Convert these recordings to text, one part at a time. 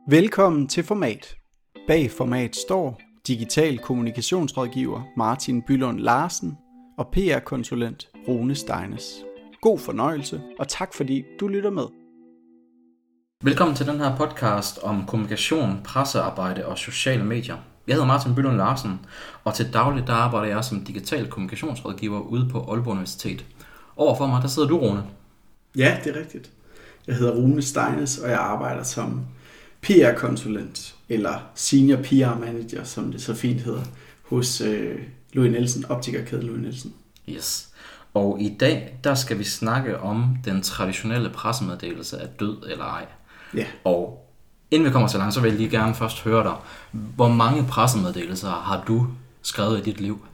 Velkommen til Format. Bag Format står digital kommunikationsrådgiver Martin Bylund Larsen og PR-konsulent Rune Steines. God fornøjelse, og tak fordi du lytter med. Velkommen til den her podcast om kommunikation, pressearbejde og sociale medier. Jeg hedder Martin Bylund Larsen, og til daglig der arbejder jeg som digital kommunikationsrådgiver ude på Aalborg Universitet. Overfor mig, der sidder du, Rune. Ja, det er rigtigt. Jeg hedder Rune Steines, og jeg arbejder som PR-konsulent, eller senior PR-manager, som det så fint hedder, hos Louis Nielsen, optikerkæden Louis Nielsen. Yes. Og i dag, der skal vi snakke om den traditionelle pressemeddelelse af død eller ej. Ja. Og inden vi kommer så langt, så vil jeg lige gerne først høre dig. Hvor mange pressemeddelelser har du skrevet i dit liv?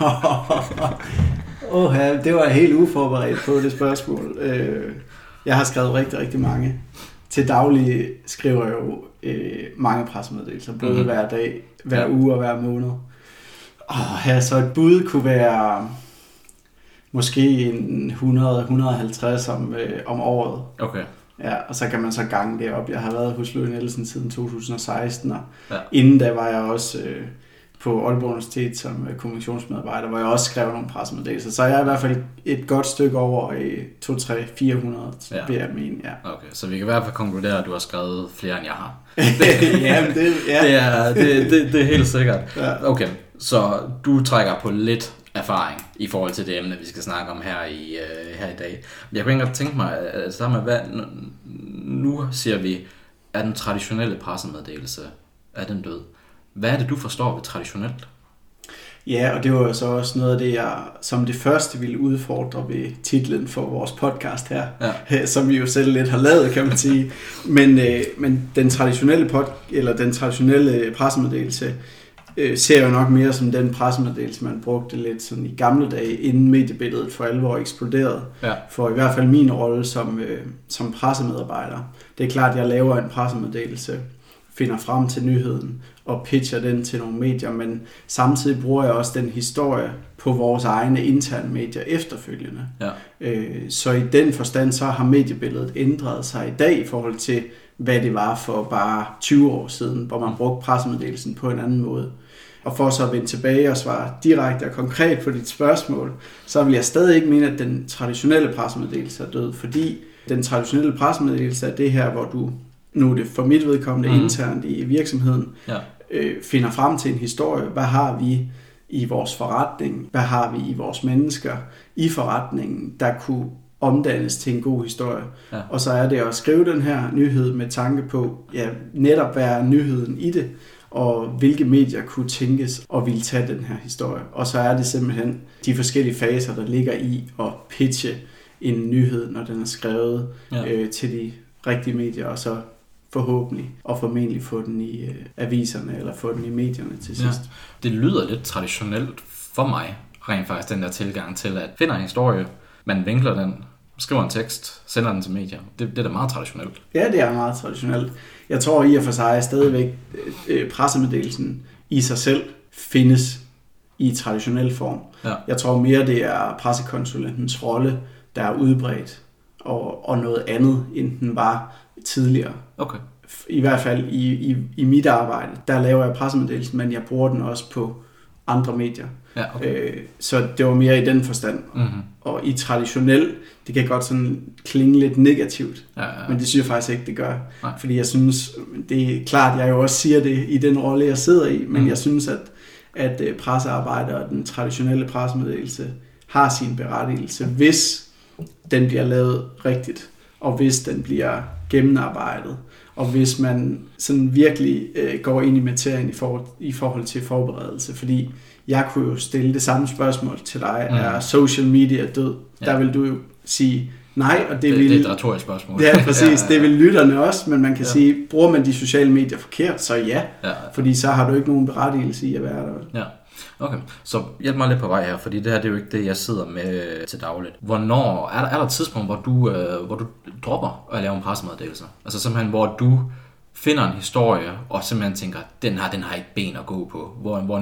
Det var helt uforberedt på det spørgsmål. Jeg har skrevet rigtig, rigtig mange. Til daglig skriver jeg jo mange pressemeddelelser, både hver dag, hver uge og hver måned. Så et bud kunne være måske 100-150 om året. Okay. Ja, og så kan man så gange det op. Jeg har været hos Louis Nielsen siden 2016, og ja. Inden da var jeg også på Aalborg Universitet som kommunikationsmedarbejder, hvor jeg også skrev nogle pressemeddelelser. Så jeg er i hvert fald et godt stykke over 200-400, vil jeg mene. Ja. Okay, så vi kan i hvert fald konkludere, at du har skrevet flere, end jeg har. Det er helt sikkert. Ja. Okay, så du trækker på lidt erfaring i forhold til det emne, vi skal snakke om her i dag. Jeg kunne ikke godt tænke mig, nu siger vi, at den traditionelle pressemeddelelse er den død. Hvad er det, du forstår ved traditionelt? Ja, og det var jo så også noget af det, jeg som det første ville udfordre ved titlen for vores podcast her, som vi jo selv lidt har lavet, kan man sige. Men den traditionelle pressemeddelelse ser jo nok mere som den pressemeddelelse, man brugte lidt sådan i gamle dage, inden mediebilledet for alvor eksploderede. Ja. For i hvert fald min rolle som pressemedarbejder. Det er klart, at jeg laver en pressemeddelelse, finder frem til nyheden og pitcher den til nogle medier, men samtidig bruger jeg også den historie på vores egne interne medier efterfølgende. Ja. Så i den forstand, så har mediebilledet ændret sig i dag i forhold til, hvad det var for bare 20 år siden, hvor man brugte pressemeddelelsen på en anden måde. Og for så at vende tilbage og svare direkte og konkret på dit spørgsmål, så vil jeg stadig ikke mene, at den traditionelle pressemeddelelse er død, fordi den traditionelle pressemeddelelse er det her, hvor du, nu er det for mit vedkommende internt i virksomheden, finder frem til en historie. Hvad har vi i vores forretning? Hvad har vi i vores mennesker i forretningen, der kunne omdannes til en god historie? Ja. Og så er det at skrive den her nyhed med tanke på, netop hvad er nyheden i det, og hvilke medier kunne tænkes og ville tage den her historie. Og så er det simpelthen de forskellige faser, der ligger i at pitche en nyhed, når den er skrevet til de rigtige medier, og så forhåbentlig og formentlig få den i aviserne eller få den i medierne til sidst. Ja. Det lyder lidt traditionelt for mig, rent faktisk den der tilgang til at finde en historie, man vinkler den, skriver en tekst, sender den til medier. Det er da meget traditionelt. Ja, det er meget traditionelt. Jeg tror i og for sig stadigvæk pressemeddelelsen i sig selv findes i traditionel form. Ja. Jeg tror mere det er pressekonsulentens rolle, der er udbredt og noget andet, end den var tidligere. Okay. I hvert fald i mit arbejde, der laver jeg pressemeddelelsen, men jeg bruger den også på andre medier. Ja, okay. Så det var mere i den forstand. Mm-hmm. Og i traditionel, det kan godt sådan klinge lidt negativt, men det synes jeg faktisk ikke, det gør. Nej. Fordi jeg synes, det er klart, jeg jo også siger det i den rolle, jeg sidder i, men jeg synes, at pressearbejde og den traditionelle pressemeddelelse har sin berettigelse, hvis den bliver lavet rigtigt, og hvis den bliver gennemarbejdet, og hvis man sådan virkelig går ind i materien i forhold til forberedelse. Fordi jeg kunne jo stille det samme spørgsmål til dig, er social media død? Ja. Der vil du jo sige nej, og det vil... Det er et retorisk spørgsmål. Ja, præcis. Det vil lytterne også, men man kan sige, bruger man de sociale medier forkert, så ja. Fordi så har du ikke nogen berettigelse i at være der. Ja. Okay, så hjælp mig lidt på vej her, fordi det her det er jo ikke det, jeg sidder med til dagligt. Hvornår, er der et tidspunkt, hvor du dropper at lave en pressemeddelelse? Altså simpelthen, hvor du finder en historie, og simpelthen tænker, den har ikke ben at gå på.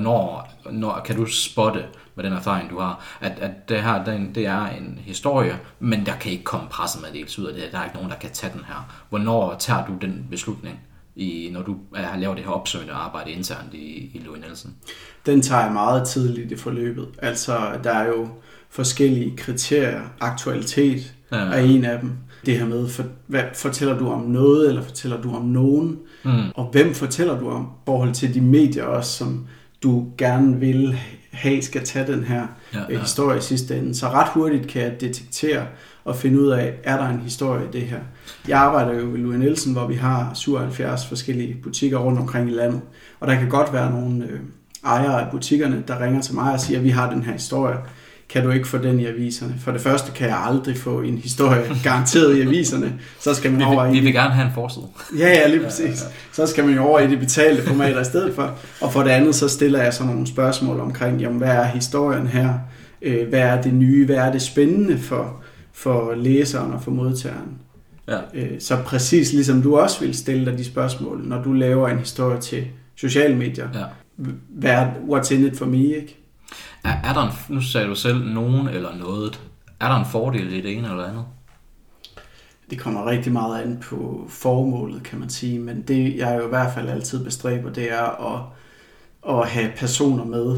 Hvornår kan du spotte med den erfaring, du har, at det her, det er en historie, men der kan ikke komme pressemeddelelse ud af det. Der er ikke nogen, der kan tage den her. Hvornår tager du den beslutning? når du har lavet det her opsøgende arbejde internt i Louis Nielsen? Den tager jeg meget tidligt i forløbet. Altså, der er jo forskellige kriterier. Aktualitet er en af dem. Det her med, fortæller du om noget, eller fortæller du om nogen? Og hvem fortæller du om? I forhold til de medier også, som du gerne vil have, skal tage den her historie i sidste ende. Så ret hurtigt kan jeg detektere og finde ud af, er der en historie i det her. Jeg arbejder jo ved Louis Nielsen, hvor vi har 77 forskellige butikker rundt omkring i landet. Og der kan godt være nogle ejere af butikkerne, der ringer til mig og siger, at vi har den her historie. Kan du ikke få den i aviserne? For det første kan jeg aldrig få en historie garanteret i aviserne. Så skal man over vi vil gerne have en forside. Ja, lige præcis. Så skal man jo over i de betalte formater i stedet for. Og for det andet, så stiller jeg så nogle spørgsmål omkring, jamen, hvad er historien her? Hvad er det nye? Hvad er det spændende for læseren og for modtageren? Ja. Så præcis ligesom du også vil stille dig de spørgsmål, når du laver en historie til sociale medier. Ja. What's in it for me, ikke? Er der nu sagde du selv nogen eller noget. Er der en fordel i det ene eller andet? Det kommer rigtig meget an på formålet, kan man sige. Men det, jeg jo i hvert fald altid bestræber, det er at have personer med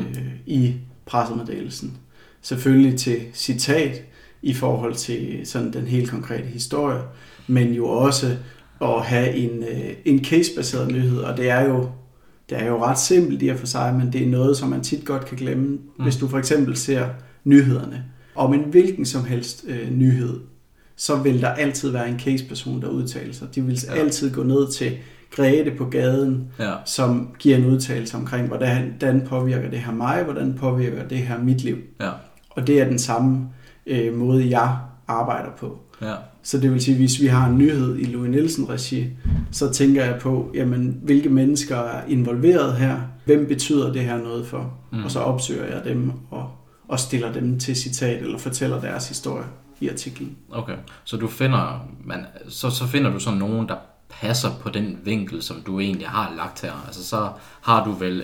i pressemeddelelsen. Selvfølgelig til citat i forhold til sådan den helt konkrete historie, men jo også at have en case-baseret nyhed, og det er jo ret simpelt i at for sig, men det er noget, som man tit godt kan glemme. Hvis du for eksempel ser nyhederne, om en hvilken som helst nyhed, så vil der altid være en case-person, der udtaler sig. De vil altid gå ned til Grete på gaden, som giver en udtalelse omkring, hvordan påvirker det her mig, hvordan påvirker det her mit liv. Ja. Og det er den samme måde, jeg arbejder på. Ja. Så det vil sige, hvis vi har en nyhed i Louis Nielsen-regi, så tænker jeg på, jamen, hvilke mennesker er involveret her, hvem betyder det her noget for, og så opsøger jeg dem og stiller dem til citat, eller fortæller deres historie i artiklen. Okay, så du finder, så finder du sådan nogen, der passer på den vinkel, som du egentlig har lagt her. Altså så har du vel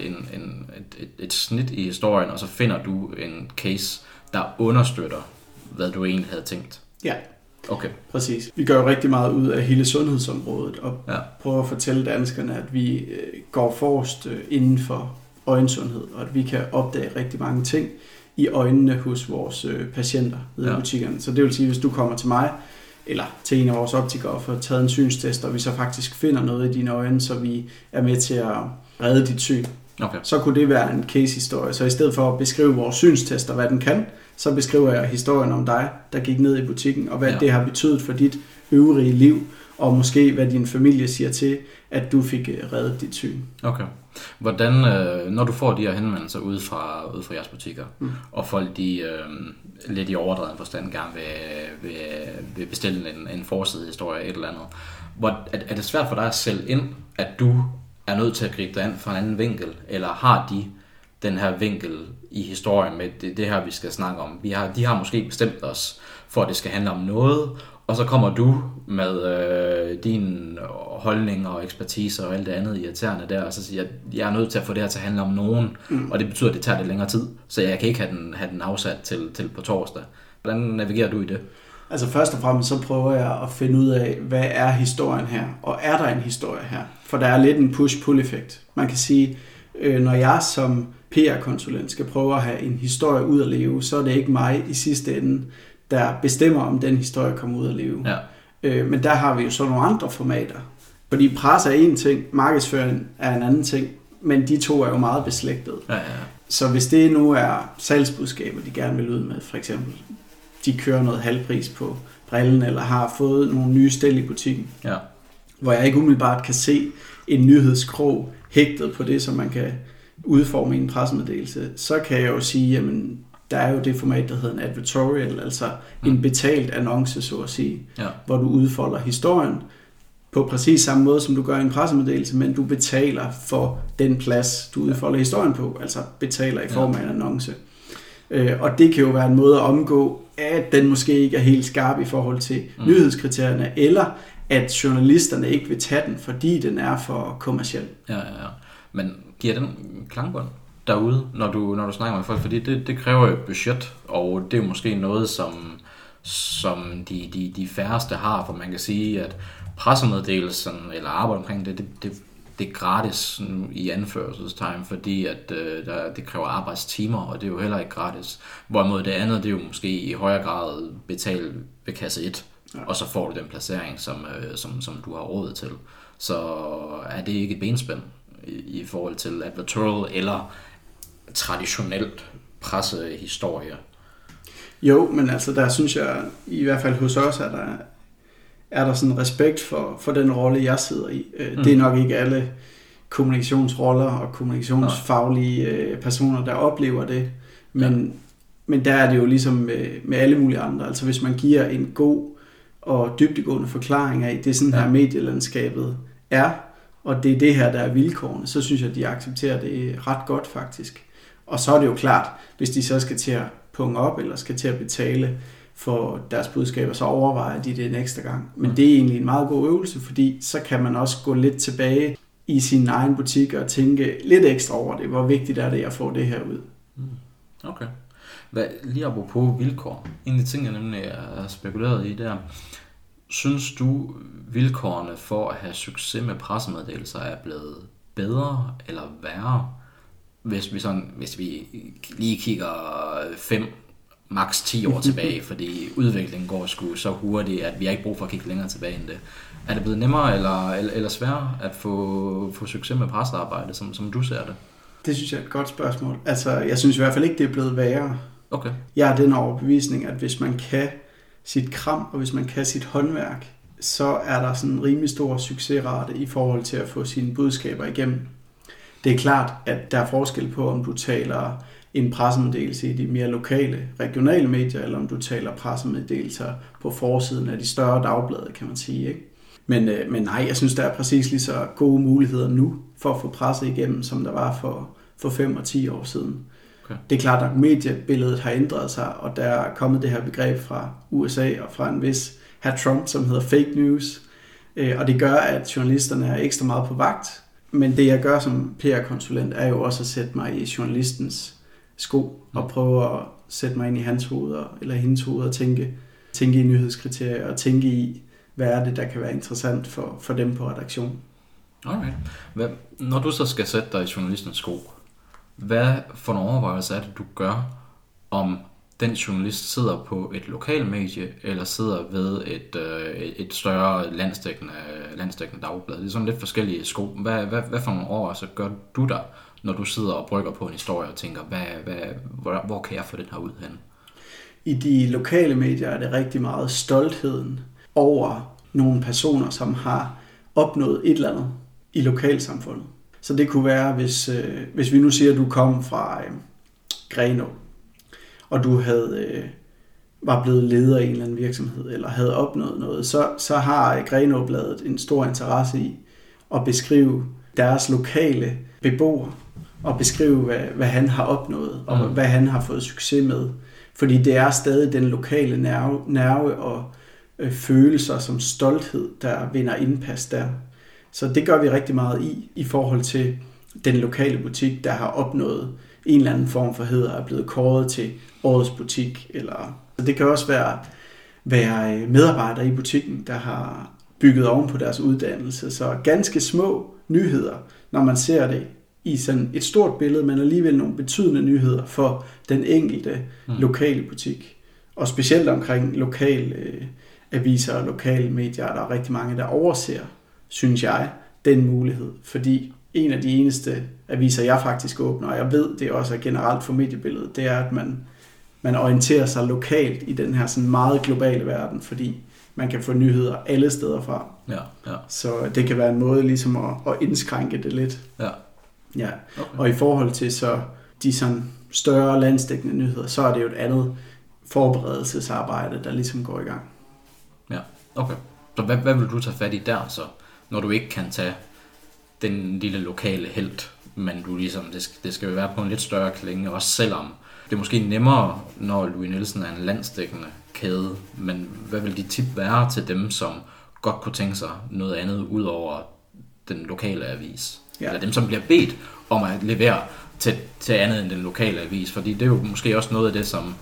et snit i historien, og så finder du en case, der understøtter, hvad du egentlig havde tænkt. Ja. Okay. Præcis. Vi gør jo rigtig meget ud af hele sundhedsområdet og prøver at fortælle danskerne, at vi går forrest inden for øjensundhed, og at vi kan opdage rigtig mange ting i øjnene hos vores patienter ved butikkerne. Så det vil sige, hvis du kommer til mig eller til en af vores optikere og får taget en synstest, og vi så faktisk finder noget i dine øjne, så vi er med til at redde dit syn. Okay. Så kunne det være en case-historie. Så i stedet for at beskrive vores synstest og hvad den kan, så beskriver jeg historien om dig, der gik ned i butikken, og hvad det har betydet for dit øvrige liv, og måske hvad din familie siger til, at du fik reddet dit syn. Okay. Hvordan, når du får de her henvendelser ude fra jeres butikker, og folk de lidt i overdreven forstand gerne vil bestille en forsidehistorie et eller andet, er det svært for dig at sælge ind, at du er nødt til at gribe dig an fra en anden vinkel, eller har de den her vinkel i historien med det her, vi skal snakke om? De har måske bestemt os for, at det skal handle om noget, og så kommer du med din holdning og ekspertise og alt det andet irriterende der, og så siger jeg er nødt til at få det her til at handle om nogen, og det betyder, at det tager lidt længere tid, så jeg kan ikke have den afsat til på torsdag. Hvordan navigerer du i det? Altså først og fremmest så prøver jeg at finde ud af, hvad er historien her, og er der en historie her? For der er lidt en push-pull-effekt. Man kan sige, når jeg som PR-konsulent skal prøve at have en historie ud at leve, så er det ikke mig i sidste ende, der bestemmer, om den historie kommer ud at leve. Ja. Men der har vi jo så nogle andre formater. Fordi presse er en ting, markedsføring er en anden ting, men de to er jo meget beslægtet. Ja. Så hvis det nu er salgsbudskaber, de gerne vil ud med, for eksempel, de kører noget halvpris på brillen, eller har fået nogle nye stel i butikken, hvor jeg ikke umiddelbart kan se en nyhedskrog hægtet på det, som man kan udforme i en pressemeddelelse, så kan jeg jo sige, jamen, der er jo det format, der hedder en advertorial, altså en betalt annonce, så at sige, hvor du udfolder historien på præcis samme måde, som du gør i en pressemeddelelse, men du betaler for den plads, du udfolder historien på, altså betaler i form af en annonce. Og det kan jo være en måde at omgå, at den måske ikke er helt skarp i forhold til nyhedskriterierne, eller at journalisterne ikke vil tage den, fordi den er for kommerciel. Ja. Men giver den klangbånd derude, når du snakker med folk? Fordi det kræver jo budget, og det er jo måske noget, som de færreste har, for man kan sige, at pressemeddelelsen eller arbejde omkring det er gratis i anførselstegn, fordi at det kræver arbejdstimer, og det er jo heller ikke gratis. Hvorimod det andet, det er jo måske i højere grad betalt ved kasse 1, og så får du den placering, som du har råd til. Så er det ikke et benspænd i forhold til advertorial eller traditionelt pressehistorie. Jo, men altså der synes jeg, i hvert fald hos os, er der sådan respekt for den rolle, jeg sidder i. Det er nok ikke alle kommunikationsroller og kommunikationsfaglige personer, der oplever det. Men der er det jo ligesom med alle mulige andre. Altså hvis man giver en god og dybdegående forklaring af, det er sådan her medielandskabet er, og det er det her, der er vilkårene, så synes jeg, at de accepterer det ret godt faktisk. Og så er det jo klart, hvis de så skal til at punge op, eller skal til at betale for deres budskaber, så overvejer de det en ekstra gang. Men det er egentlig en meget god øvelse, fordi så kan man også gå lidt tilbage i sin egen butik og tænke lidt ekstra over det. Hvor vigtigt er det, at få det her ud? Okay. Lige apropos vilkår. En af de ting, jeg nemlig er spekuleret i der. Synes du, vilkårene for at have succes med pressemeddelelser er blevet bedre eller værre? Hvis vi lige kigger 5, maks 10 år tilbage, fordi udviklingen går sgu så hurtigt, at vi har ikke brug for at kigge længere tilbage end det. Er det blevet nemmere eller sværere at få succes med pressearbejde, som du ser det? Det synes jeg er et godt spørgsmål. Altså, jeg synes i hvert fald ikke, det er blevet værre. Okay. Jeg har den overbevisning, at hvis man kan sit kram, og hvis man kan sit håndværk, så er der sådan en rimelig stor succesrate i forhold til at få sine budskaber igennem. Det er klart, at der er forskel på, om du taler en pressemeddelelse i de mere lokale, regionale medier, eller om du taler pressemeddelelser på forsiden af de større dagblade, kan man sige. Ikke? Men nej, jeg synes, der er præcis lige så gode muligheder nu for at få presse igennem, som der var for 5 og 10 år siden. Okay. Det er klart, at mediebilledet har ændret sig, og der er kommet det her begreb fra USA og fra en vis hr. Trump, som hedder fake news. Og det gør, at journalisterne er ekstra meget på vagt. Men det, jeg gør som PR-konsulent, er jo også at sætte mig i journalistens sko og prøve at sætte mig ind i hans hoved eller hendes hoved og tænke i nyhedskriterier og tænke i, hvad er det, der kan være interessant for dem på redaktion. Alright. Når du så skal sætte dig i journalistens sko, hvad for en overvejelse er det, du gør, om den journalist sidder på et lokalmedie, eller sidder ved et større landsdækkende dagblad? Det er sådan lidt forskellige sko. Hvad for nogle overvejelser gør du der, når du sidder og brygger på en historie og tænker, hvor kan jeg få den her ud hen? I de lokale medier er det rigtig meget stoltheden over nogle personer, som har opnået et eller andet i lokalsamfundet. Så det kunne være, hvis vi nu siger, at du kom fra Grenaa, og du var blevet leder i en eller anden virksomhed, eller havde opnået noget, så har Grenaa-bladet en stor interesse i at beskrive deres lokale beboere, og beskrive, hvad han har opnået, og hvad han har fået succes med. Fordi det er stadig den lokale nerve og følelser som stolthed, der vinder indpas der. Så det gør vi rigtig meget i forhold til den lokale butik, der har opnået en eller anden form for hæder, er blevet kåret til årets butik. Det kan også være medarbejdere i butikken, der har bygget oven på deres uddannelse. Så ganske små nyheder, når man ser det i sådan et stort billede, men alligevel nogle betydende nyheder for den enkelte lokale butik. Og specielt omkring lokale aviser og lokale medier, der er rigtig mange, der overser, synes jeg, den mulighed. Fordi en af de eneste aviser, jeg faktisk åbner, og jeg ved, det også er generelt for mediebilledet, det er, at man orienterer sig lokalt i den her sådan meget globale verden, fordi man kan få nyheder alle steder fra. Ja. Så det kan være en måde ligesom at indskrænke det lidt. Ja. Okay. Og i forhold til så de sådan større landsdækkende nyheder, så er det jo et andet forberedelsesarbejde, der ligesom går i gang. Ja, okay. Så hvad vil du tage fat i der så, når du ikke kan tage den lille lokale helt, men du ligesom, det skal jo være på en lidt større klinge, også selvom det er måske nemmere, når Louis Nielsen er en landsdækkende kæde, men hvad vil dit tip være til dem, som godt kunne tænke sig noget andet ud over den lokale avis? Ja. Eller dem, som bliver bedt om at levere til andet end den lokale avis, fordi det er jo måske også noget af det, som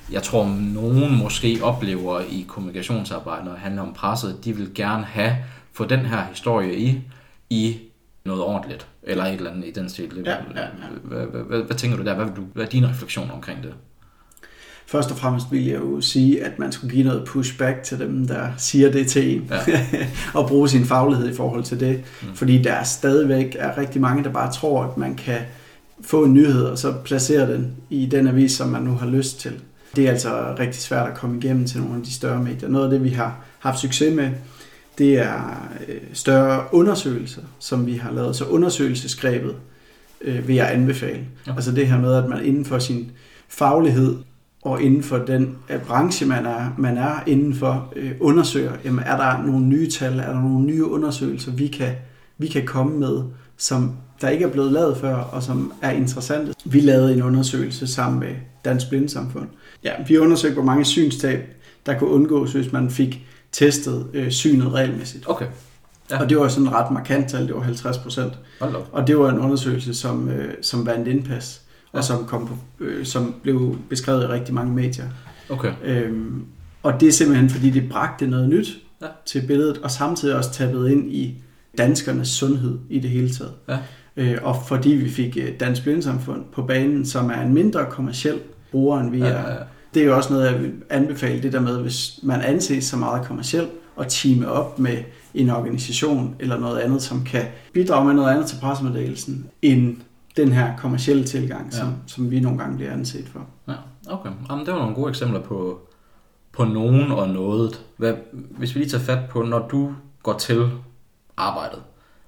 jeg tror, nogen måske oplever i kommunikationsarbejde, når det handler om presset, de vil gerne få den her historie i noget ordentligt, eller et eller andet i den stil. Ja. Hvad tænker du der? Hvad er dine refleksioner omkring det? Først og fremmest vil jeg jo sige, at man skulle give noget pushback til dem, der siger det til en, og bruge sin faglighed i forhold til det. Fordi der stadigvæk er rigtig mange, der bare tror, at man kan få en nyhed, og så placere den i den avis, som man nu har lyst til. Det er altså rigtig svært at komme igennem til nogle af de større medier. Noget af det, vi har haft succes med, det er større undersøgelser, som vi har lavet. Så undersøgelsesgrebet vil jeg anbefale. Ja. Altså det her med, at man inden for sin faglighed og inden for den branche, man er indenfor, undersøger, jamen, er der nogle nye tal, er der nogle nye undersøgelser, vi kan komme med, som der ikke er blevet lavet før, og som er interessante. Vi lavede en undersøgelse sammen med Dansk Blindesamfund. Ja, vi undersøgte, hvor mange synstab, der kunne undgås, hvis man fik testet synet regelmæssigt. Okay. Ja. Og det var sådan et ret markant tal, det var 50%. Og det var en undersøgelse, som vandt indpas, og som blev beskrevet i rigtig mange medier. Okay. Og det er simpelthen, fordi det bragte noget nyt til billedet, og samtidig også tappet ind i danskernes sundhed i det hele taget. Ja. Og fordi vi fik Dansk Blindesamfund på banen, som er en mindre kommerciel bruger, end vi er. Ja. Det er jo også noget, jeg vil anbefale, det der med, hvis man anses så meget kommerciel, og teame op med en organisation eller noget andet, som kan bidrage med noget andet til pressemeddelelsen, end den her kommercielle tilgang, som vi nogle gange bliver anset for. Ja, okay. Jamen, det var nogle gode eksempler på nogen og noget. Hvis vi lige tager fat på, når du går til arbejdet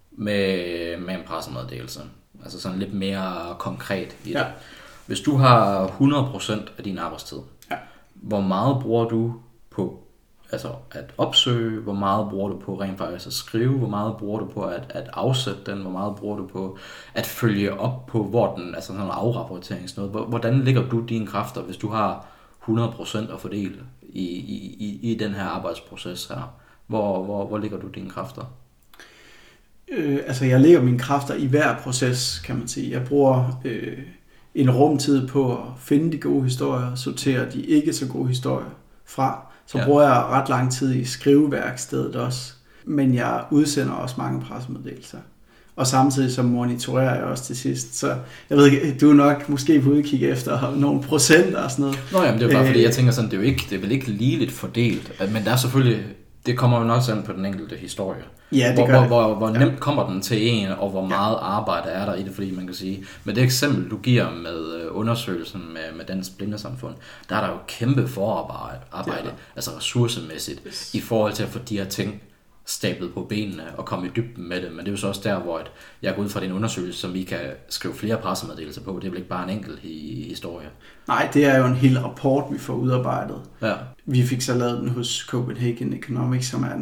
med en pressemeddelelse, altså sådan lidt mere konkret i det. Hvis du har 100% af din arbejdstid, hvor meget bruger du på altså at opsøge, hvor meget bruger du på rent faktisk at skrive, hvor meget bruger du på at afsætte den, hvor meget bruger du på at følge op på, hvor den, altså sådan en afrapporteringsnode. Hvordan lægger du dine kræfter, hvis du har 100% at fordele i den her arbejdsproces her? Hvor lægger du dine kræfter? Altså jeg lægger mine kræfter i hver proces, kan man sige. Jeg bruger en rumtid på at finde de gode historier, sortere de ikke så gode historier fra. Så bruger jeg ret lang tid i skriveværkstedet også. Men jeg udsender også mange pressemeddelelser. Og samtidig så monitorerer jeg også til sidst. Så jeg ved ikke, du er nok måske på udkig efter nogle procenter og sådan noget. Nå jamen, det er bare fordi, jeg tænker sådan, det er vel ikke ligeligt fordelt. Men der er selvfølgelig, det kommer jo nok sådan på den enkelte historie. Ja, det gør det. Hvor nemt kommer den til en, og hvor meget arbejde er der i det, fordi man kan sige, med det eksempel, du giver med undersøgelsen med Dansk Blindesamfund, der er der jo kæmpe forarbejde, altså ressourcemæssigt, i forhold til at få de her ting stablet på benene og komme i dybden med det. Men det er jo så også der, hvor jeg går ud fra din undersøgelse, som vi kan skrive flere pressemeddelelser på. Det er vel ikke bare en enkelt historie? Nej, det er jo en hel rapport, vi får udarbejdet. Ja. Vi fik så lavet den hos Copenhagen Economics, som er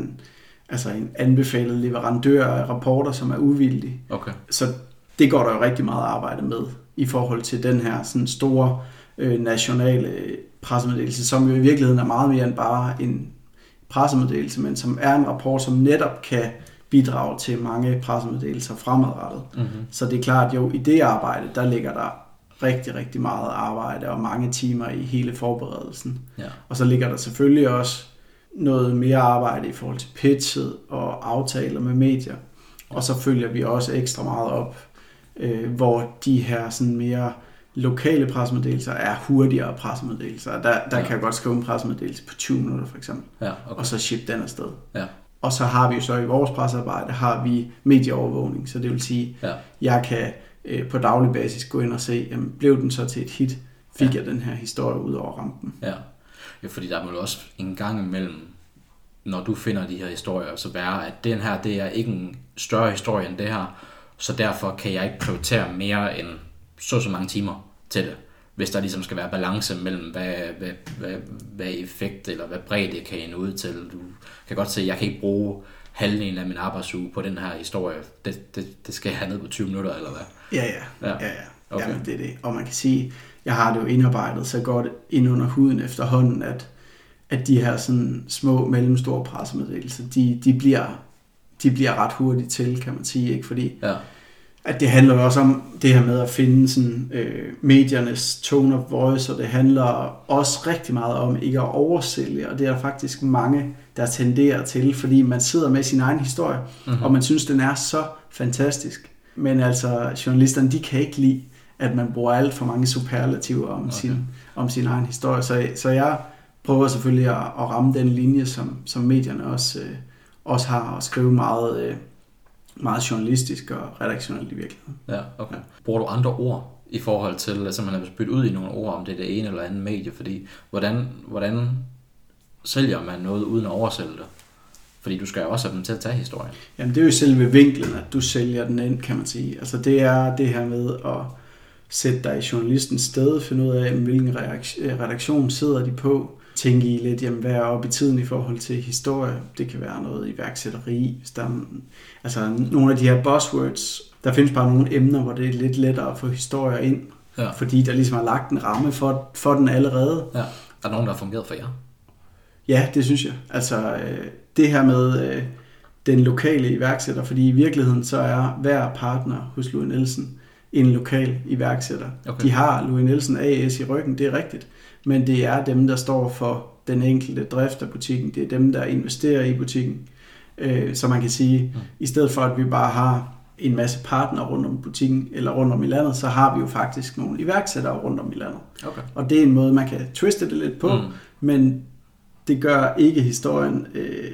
en anbefalet leverandør af rapporter, som er uvildig. Okay. Så det går der jo rigtig meget arbejde med i forhold til den her sådan store nationale pressemeddelelse, som jo i virkeligheden er meget mere end bare en pressemeddelelse, men som er en rapport, som netop kan bidrage til mange pressemeddelelser fremadrettet. Mm-hmm. Så det er klart, jo i det arbejde, der ligger der rigtig, rigtig meget arbejde og mange timer i hele forberedelsen. Ja. Og så ligger der selvfølgelig også noget mere arbejde i forhold til pitchet og aftaler med medier. Og så følger vi også ekstra meget op, hvor de her sådan mere lokale pressemeddelelser er hurtigere pressemeddelelser. Der kan jeg godt skrive en pressemeddelelse på 20 minutter for eksempel, og så ship den afsted. Ja. Og så har vi jo så i vores pressearbejde, har vi medieovervågning, så det vil sige, jeg kan på daglig basis gå ind og se, jamen, blev den så til et hit? Fik jeg den her historie ud over rampen? Ja, fordi der må jo også en gang imellem, når du finder de her historier, så være, at den her, det er ikke en større historie end det her, så derfor kan jeg ikke prioritere mere end så mange timer til det, hvis der ligesom skal være balance mellem, hvad effekt eller hvad bredde kan jeg nå ud til. Du kan godt se, at jeg kan ikke bruge halvdelen af min arbejdsuge på den her historie. Det skal jeg have ned på 20 minutter, eller hvad? Ja. Okay. Jamen, det er det. Og man kan sige, jeg har det jo indarbejdet så godt ind under huden efterhånden, at de her sådan små, mellemstore pressemeddelelser, de bliver ret hurtigt til, kan man sige, ikke? Fordi at det handler jo også om det her med at finde sådan, mediernes tone of voice, og det handler også rigtig meget om ikke at oversælge, og det er der faktisk mange, der tenderer til, fordi man sidder med sin egen historie, og man synes, den er så fantastisk. Men altså, journalisterne, de kan ikke lide, at man bruger alt for mange superlativer om sin egen historie. Så jeg prøver selvfølgelig at ramme den linje, som medierne også har, og skrive meget journalistisk og redaktionelt i virkeligheden. Ja, okay. Bruger du andre ord i forhold til, at man har byttet ud i nogle ord, om det er det ene eller andet medie? Fordi, hvordan sælger man noget uden at oversælge det? Fordi du skal jo også have dem til at tage historien. Jamen, det er jo selve vinklen, at du sælger den ind, kan man sige. Altså, det er det her med at sætte dig i journalistens sted, finde ud af, hvilken redaktion sidder de på, tænke i lidt, jamen, hvad er oppe i tiden i forhold til historie. Det kan være noget iværksætteri, hvis der er, altså nogle af de her buzzwords. Der findes bare nogle emner, hvor det er lidt lettere at få historier ind, fordi der ligesom har lagt en ramme for den allerede. Ja. Er der nogen, der har fungeret for jer? Ja, det synes jeg. Altså, det her med den lokale iværksætter, fordi i virkeligheden så er hver partner hos Louis Nielsen en lokal iværksætter. Okay. De har Louis Nielsen AS i ryggen, det er rigtigt, men det er dem, der står for den enkelte drift af butikken. Det er dem, der investerer i butikken. Så man kan sige, i stedet for at vi bare har en masse partnere rundt om butikken eller rundt om i landet, så har vi jo faktisk nogle iværksættere rundt om i landet. Okay. Og det er en måde, man kan twiste det lidt på, men det gør ikke historien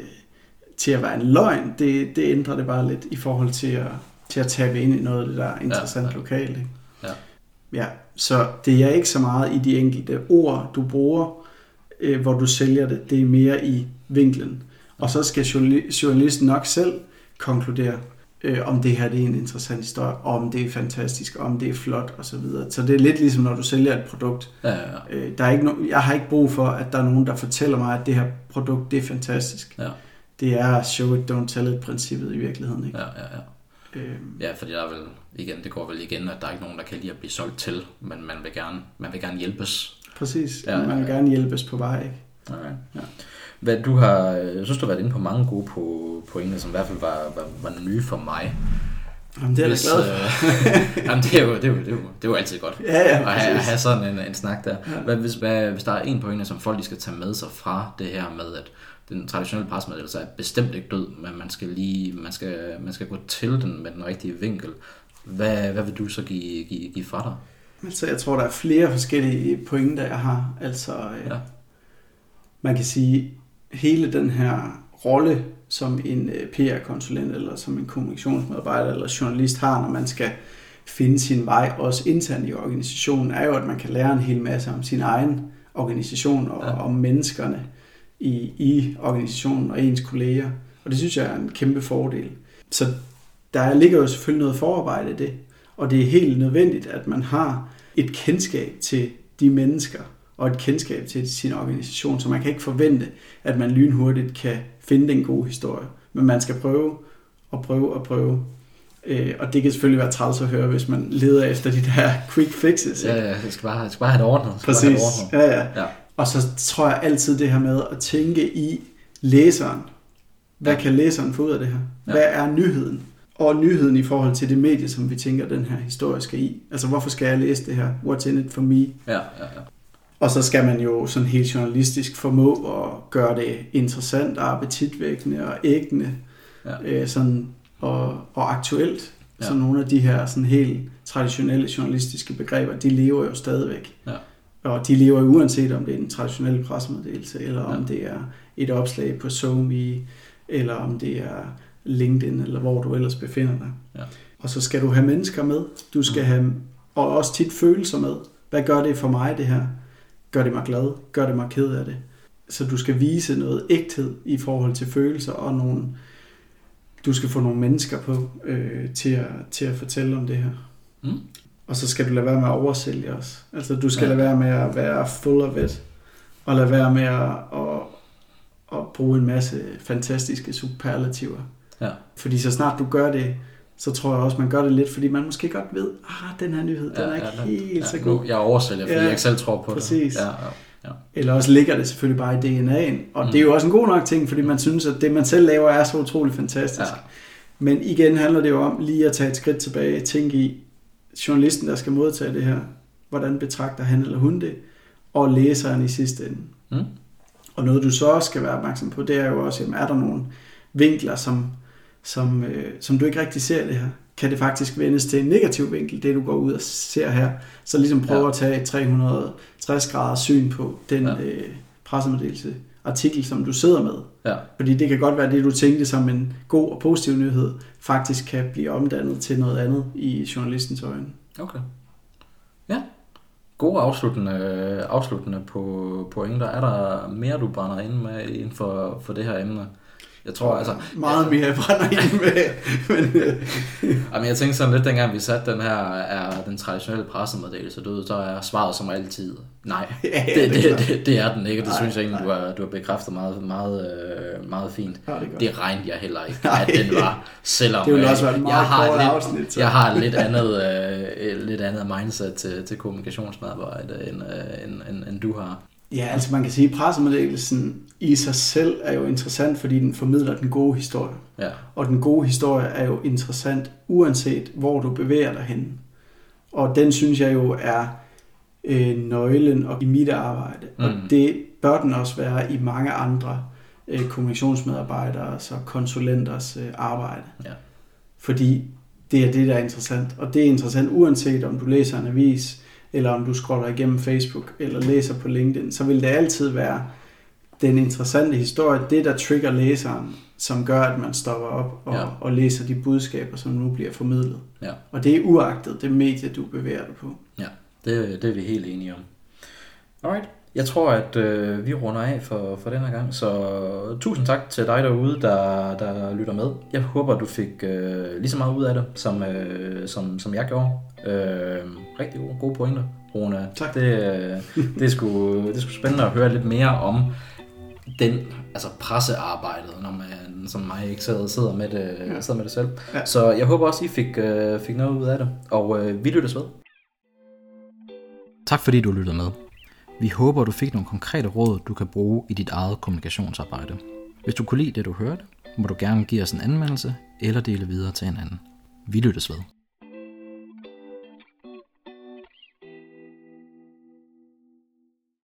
til at være en løgn. Det ændrer det bare lidt i forhold til at tabe ind i noget af det, der er interessant lokalt. Ikke? Ja, så det er ikke så meget i de enkelte ord, du bruger, hvor du sælger det. Det er mere i vinklen. Og så skal journalisten nok selv konkludere, om det her det er en interessant historie, om det er fantastisk, om det er flot osv. Så det er lidt ligesom, når du sælger et produkt. Der er ikke jeg har ikke brug for, at der er nogen, der fortæller mig, at det her produkt det er fantastisk. Ja. Det er show it, don't tell it-princippet i virkeligheden. Ikke? Ja, fordi der er vel igen, det går vel igen, at der er ikke nogen, der kan lide at blive solgt til, men man vil gerne hjælpes. Præcis, man vil gerne hjælpes på vej. Ikke? Okay. Ja. Hvad jeg synes, du har været inde på mange gode pointer, som i hvert fald var nye for mig. Jamen, det er jeg glad for. Jamen, det er jo altid godt at have sådan en snak der. Ja. Hvis der er en pointe, som folk skal tage med sig fra det her med, at den traditionelle pressemeddelelse er bestemt ikke død, men man skal gå til den med den rigtige vinkel. Hvad vil du så give fra dig? Altså, jeg tror, der er flere forskellige pointer, jeg har. Altså, man kan sige, hele den her rolle, som en PR-konsulent eller som en kommunikationsmedarbejder eller journalist har, når man skal finde sin vej, også internt i organisationen, er jo, at man kan lære en hel masse om sin egen organisation og om menneskerne i organisationen og ens kolleger. Og det synes jeg er en kæmpe fordel. Så der ligger jo selvfølgelig noget forarbejde i det, og det er helt nødvendigt, at man har et kendskab til de mennesker og et kendskab til sin organisation, så man kan ikke forvente, at man lynhurtigt kan finde en god historie. Men man skal prøve. Og det kan selvfølgelig være træls at høre, hvis man leder efter de der quick fixes. Ikke? Ja, jeg skal bare have det ordnet. Præcis. Ja. Og så tror jeg altid det her med at tænke i læseren. Hvad kan læseren få ud af det her? Hvad er nyheden? Og nyheden i forhold til det medie, som vi tænker, den her historie skal i. Altså, hvorfor skal jeg læse det her? What's in it for me? Ja. Og så skal man jo sådan helt journalistisk formå at gøre det interessant og appetitvækkende og æggende sådan, og aktuelt. Ja. Så nogle af de her sådan helt traditionelle journalistiske begreber, de lever jo stadigvæk. Ja. Og de lever jo uanset om det er en traditionel pressemeddelelse, eller om det er et opslag på SoMe, eller om det er LinkedIn, eller hvor du ellers befinder dig. Ja. Og så skal du have mennesker med. Du skal have, og også tit følelser med. Hvad gør det for mig, det her? Gør det mig glad? Gør det mig ked af det? Så du skal vise noget ægthed i forhold til følelser, og du skal få nogle mennesker på til at fortælle om det her. Og så skal du lade være med at oversælge os. Altså du skal lade være med at være full of it, og lade være med at bruge en masse fantastiske superlativer. Ja. Fordi så snart du gør det, så tror jeg også, man gør det lidt, fordi man måske godt ved, den her nyhed, den er ikke helt så god. Jeg oversælger, fordi jeg ikke selv tror på præcis. Det. Ja. Eller også ligger det selvfølgelig bare i DNA'en, og det er jo også en god nok ting, fordi man synes, at det, man selv laver, er så utrolig fantastisk. Men igen handler det jo om lige at tage et skridt tilbage, tænke i journalisten, der skal modtage det her, hvordan betragter han eller hun det, og læseren i sidste ende. Mm. Og noget du så også skal være opmærksom på, det er jo også, jamen, er der nogle vinkler, som du ikke rigtig ser det her? Kan det faktisk vendes til en negativ vinkel, det du går ud og ser her? Så ligesom prøve at tage et 360 grader syn på den pressemeddelelse, artikel, som du sidder med. Ja. Fordi det kan godt være, det du tænkte som en god og positiv nyhed, faktisk kan blive omdannet til noget andet i journalistens øjne. Okay. Ja. Gode afsluttende på pointer. Er der mere, du brænder ind med inden for det her emne? Jeg tror altså... Meget mere jeg brænder ind med. Men jeg tænkte sådan lidt, dengang vi satte den her, er den traditionelle pressemeddelelse død, så er svaret som altid nej. Ja, det er den ikke, og det synes jeg egentlig, du har bekræftet meget fint. Ja, det regnede jeg heller ikke, at den var, selvom det også være et meget kort afsnit. Jeg har lidt andet mindset til kommunikationsmedarbejde, end du har. Ja, altså man kan sige, at pressemeddelelsen i sig selv er jo interessant, fordi den formidler den gode historie. Ja. Og den gode historie er jo interessant, uanset hvor du bevæger dig hen. Og den synes jeg jo er nøglen og i mit arbejde. Mm. Og det bør den også være i mange andre kommunikationsmedarbejderes og konsulenters arbejde. Ja. Fordi det er det, der er interessant. Og det er interessant uanset om du læser en avis, eller om du scroller igennem Facebook, eller læser på LinkedIn, så vil det altid være den interessante historie, det der trigger læseren, som gør, at man stopper op og læser de budskaber, som nu bliver formidlet. Ja. Og det er uagtet det medie, du bevæger dig på. Ja, det er vi helt enige om. Alright. Jeg tror, at vi runder af for denne gang, så tusind tak til dig derude, der lytter med. Jeg håber, du fik lige så meget ud af det, som jeg gjorde. Rigtig gode pointer, Rune. Tak. Det er sgu spændende at høre lidt mere om pressearbejdet, når man som mig ikke sidder med det selv. Ja. Så jeg håber også, I fik noget ud af det, og vi lyttes ved. Tak fordi du lyttede med. Vi håber, du fik nogle konkrete råd, du kan bruge i dit eget kommunikationsarbejde. Hvis du kunne lide det, du hørte, må du gerne give os en anmeldelse eller dele videre til en anden. Vi lyttes ved.